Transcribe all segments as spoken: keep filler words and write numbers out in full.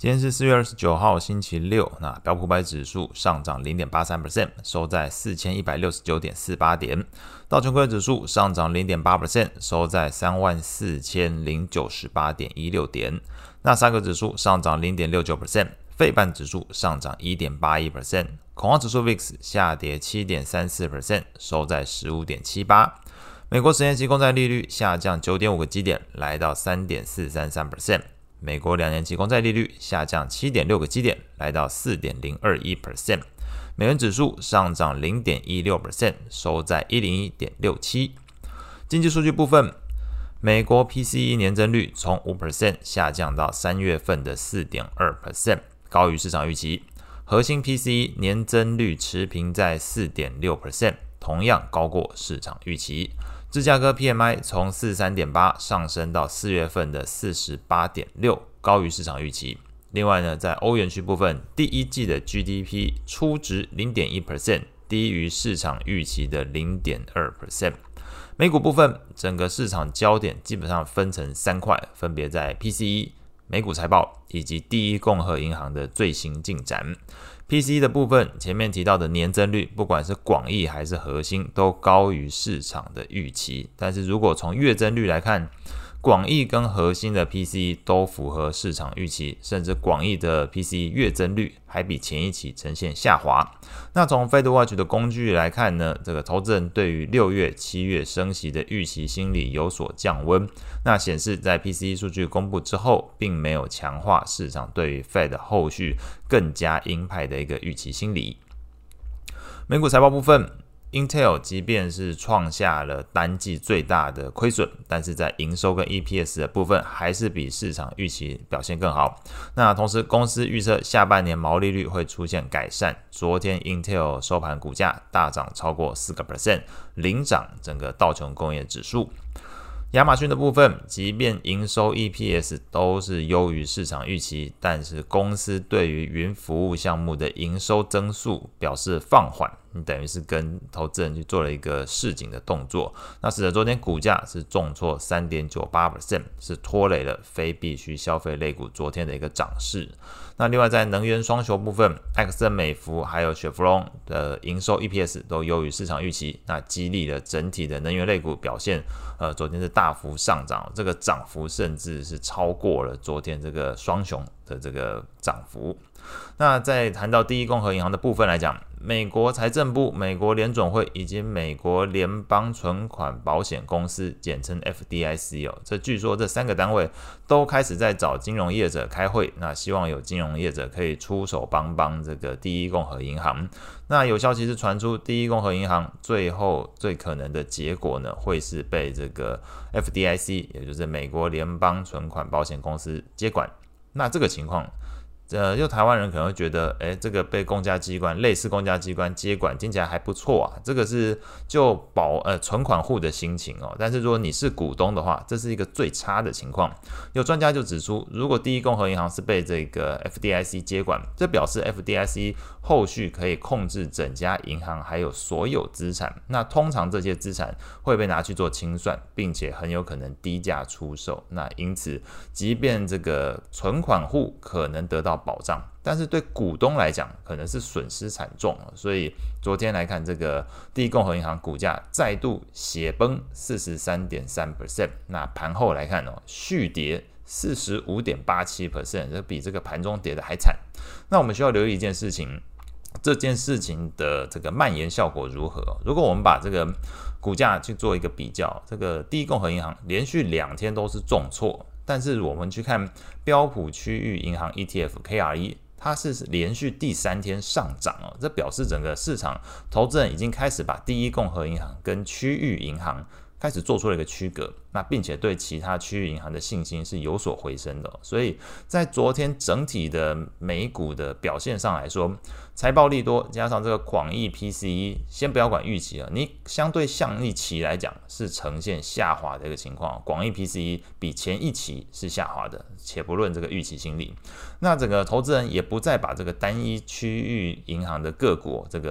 今天是四月二十九号，星期六。那标普五百指数上涨 零点八三 percent， 收在 四千一百六十九点四八 点。道琼工业指数上涨 零点八 percent， 收在 三万四千零九十八点一六 点。纳斯达克指数上涨 零点六九 percent， 费半指数上涨 一点八一 percent， 恐慌指数 V I X 下跌 七点三四 percent， 收在 十五点七八。美国十年期公债利率下降 九点五 个基点，来到 三点四三三 percent。美国两年期公债利率下降 七点六 个基点，来到 四点零二一 percent。美元指数上涨 零点一六 percent， 收在 一零一点六七。经济数据部分，美国 P C E 年增率从 百分之五 下降到三月份的 百分之四点二， 高于市场预期。核心 P C E 年增率持平在 百分之四点六， 同样高过市场预期。芝加哥 P M I 从 四十三点八 上升到四月份的 四十八点六， 高于市场预期。另外呢，在欧元区部分，第一季的 G D P 初值 零点一 percent， 低于市场预期的 零点二 percent。美股部分，整个市场焦点基本上分成三块，分别在 P C E、美股财报以及第一共和银行的最新进展。P C E 的部分，前面提到的年增率，不管是广义还是核心，都高于市场的预期。但是如果从月增率来看，广义跟核心的 P C E 都符合市场预期，甚至广义的 P C E 月增率还比前一期呈现下滑。那从 FedWatch 的工具来看呢，这个投资人对于六月、七月升息的预期心理有所降温。那显示在 P C E 数据公布之后，并没有强化市场对于 Fed 后续更加鹰派的一个预期心理。美股财报部分，Intel 即便是创下了单季最大的亏损，但是在营收跟 E P S 的部分还是比市场预期表现更好。那同时公司预测下半年毛利率会出现改善。昨天 Intel 收盘股价大涨超过 百分之四， 领涨整个道琼工业指数。亚马逊的部分，即便营收 E P S 都是优于市场预期，但是公司对于云服务项目的营收增速表示放缓，你等于是跟投资人去做了一个示警的动作，那使得昨天股价是重挫 百分之三点九八， 是拖累了非必需消费类股昨天的一个涨势。那另外在能源双雄部分，埃克森美孚还有雪佛龙的营收 E P S 都优于市场预期，那激励了整体的能源类股表现，呃，昨天是大幅上涨，这个涨幅甚至是超过了昨天这个双雄的这个涨幅。那在谈到第一共和银行的部分来讲，美国财政部、美国联准会以及美国联邦存款保险公司简称 F D I C 哦，这据说这三个单位都开始在找金融业者开会，那希望有金融业者可以出手帮帮这个第一共和银行。那有消息是传出第一共和银行最后最可能的结果呢，会是被这个 F D I C 也就是美国联邦存款保险公司接管。那这个情况呃，就台湾人可能会觉得，哎，这个被公家机关类似公家机关接管，听起来还不错啊。这个是就保呃存款户的心情哦。但是如果你是股东的话，这是一个最差的情况。有专家就指出，如果第一共和银行是被这个 F D I C 接管，这表示 F D I C 后续可以控制整家银行还有所有资产。那通常这些资产会被拿去做清算，并且很有可能低价出售。那因此，即便这个存款户可能得到保障，但是对股东来讲可能是损失惨重，所以昨天来看，这个第一共和银行股价再度血崩 百分之四十三点三， 那盘后来看哦，续跌 百分之四十五点八七， 这比这个盘中跌的还惨。那我们需要留意一件事情，这件事情的这个蔓延效果如何？如果我们把这个股价去做一个比较，这个第一共和银行连续两天都是重挫，但是我们去看标普区域银行 E T F K R E， 它是连续第三天上涨哦，这表示整个市场投资人已经开始把第一共和银行跟区域银行开始做出了一个区隔，那并且对其他区域银行的信心是有所回升的哦。所以在昨天整体的美股的表现上来说，财报利多加上这个广义 P C E， 先不要管预期了，你相对上一期来讲是呈现下滑的一个情况，广义 P C E 比前一期是下滑的，且不论这个预期心理，那整个投资人也不再把这个单一区域银行的个股这个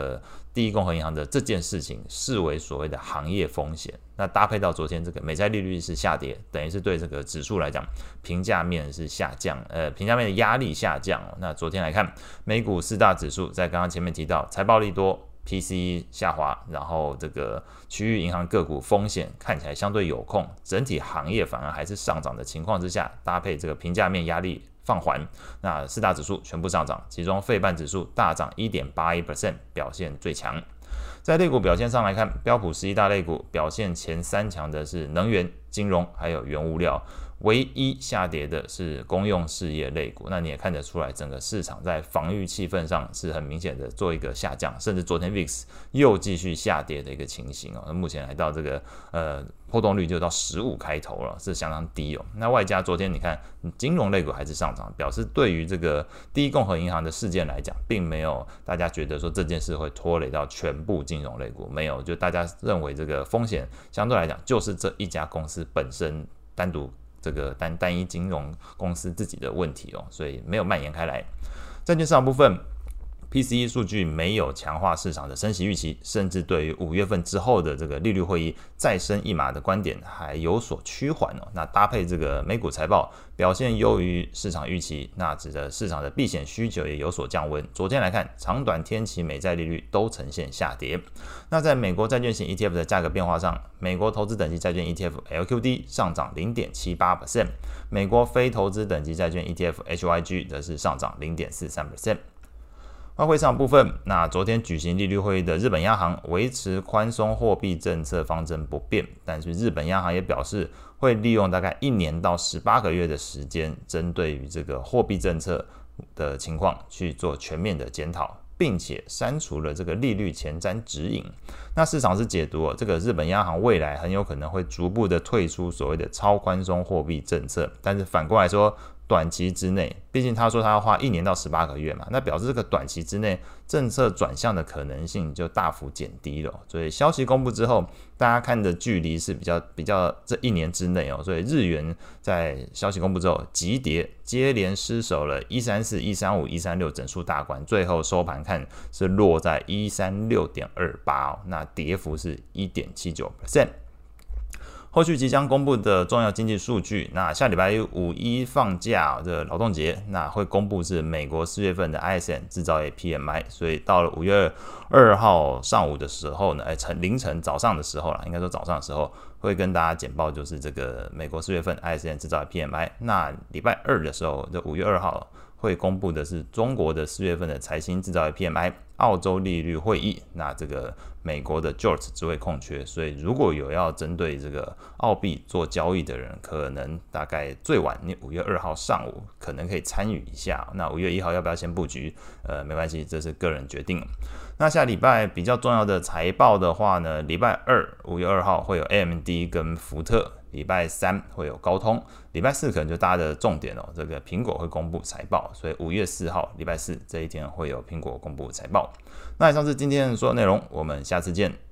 第一共和银行的这件事情视为所谓的行业风险。那搭配到昨天这个美债利率是下跌，等于是对这个指数来讲，评价面是下降，呃，评价面的压力下降、哦。那昨天来看，美股四大指数在刚刚前面提到财报利多。P C E 下滑，然后这个区域银行个股风险看起来相对有控，整体行业反而还是上涨的情况之下，搭配这个评价面压力放缓，那四大指数全部上涨，其中费半指数大涨 百分之一点八一， 表现最强。在类股表现上来看，标普十一大类股表现前三强的是能源、金融还有原物料。唯一下跌的是公用事业类股，那你也看得出来，整个市场在防御气氛上是很明显的做一个下降，甚至昨天 V I X 又继续下跌的一个情形哦。那目前来到这个呃波动率就到十五开头了，是相当低哦。那外加昨天你看金融类股还是上涨，表示对于这个第一共和银行的事件来讲，并没有大家觉得说这件事会拖累到全部金融类股，没有，就大家认为这个风险相对来讲就是这一家公司本身单独。这个单单一金融公司自己的问题哦，所以没有蔓延开来。债券市场部分 ，P C E 数据没有强化市场的升息预期，甚至对于五月份之后的这个利率会议再升一码的观点还有所趋缓哦。那搭配这个美股财报表现优于市场预期，那指的市场的避险需求也有所降温。昨天来看，长短天期美债利率都呈现下跌。那在美国债券型 E T F 的价格变化上，美国投资等级债券 E T F L Q D 上涨 百分之零点七八， 美国非投资等级债券 E T F H Y G 则是上涨 百分之零点四三。外汇市场部分，那昨天举行利率会议的日本央行维持宽松货币政策方针不变，但是日本央行也表示会利用大概一年到十八个月的时间，针对于这个货币政策的情况去做全面的检讨，并且删除了这个利率前瞻指引。那市场是解读、哦、这个日本央行未来很有可能会逐步的退出所谓的超宽松货币政策，但是反过来说，短期之内，毕竟他说他要花一年到十八个月嘛，那表示这个短期之内政策转向的可能性就大幅减低了。所以消息公布之后，大家看的距离是比较比较这一年之内哦，所以日元在消息公布之后急跌，接连失守了一三四、一三五、一三六整数大关，最后收盘看是落在 一三六点二八、哦、那跌幅是 百分之一点七九。后续即将公布的重要经济数据，那下礼拜五一放假的劳动节，那会公布是美国四月份的 I S M 制造业 P M I， 所以到了五月二号上午的时候呢，哎，凌晨早上的时候啦，应该说早上的时候会跟大家简报，就是这个美国四月份 I S M 制造业 P M I。那礼拜二的时候，就五月二号会公布的是中国的四月份的财新制造业 P M I， 澳洲利率会议，那这个美国的 J O L T 职位空缺，所以如果有要针对这个澳币做交易的人，可能大概最晚你五月二号上午可能可以参与一下。那五月一号要不要先布局？呃，没关系，这是个人决定。那下礼拜比较重要的财报的话呢，礼拜二五月二号会有 A M D 跟福特，礼拜三会有高通，礼拜四可能就大家的重点哦，这个苹果会公布财报，所以五月四号礼拜四这一天会有苹果公布财报。那以上是今天的所有内容，我们下次见。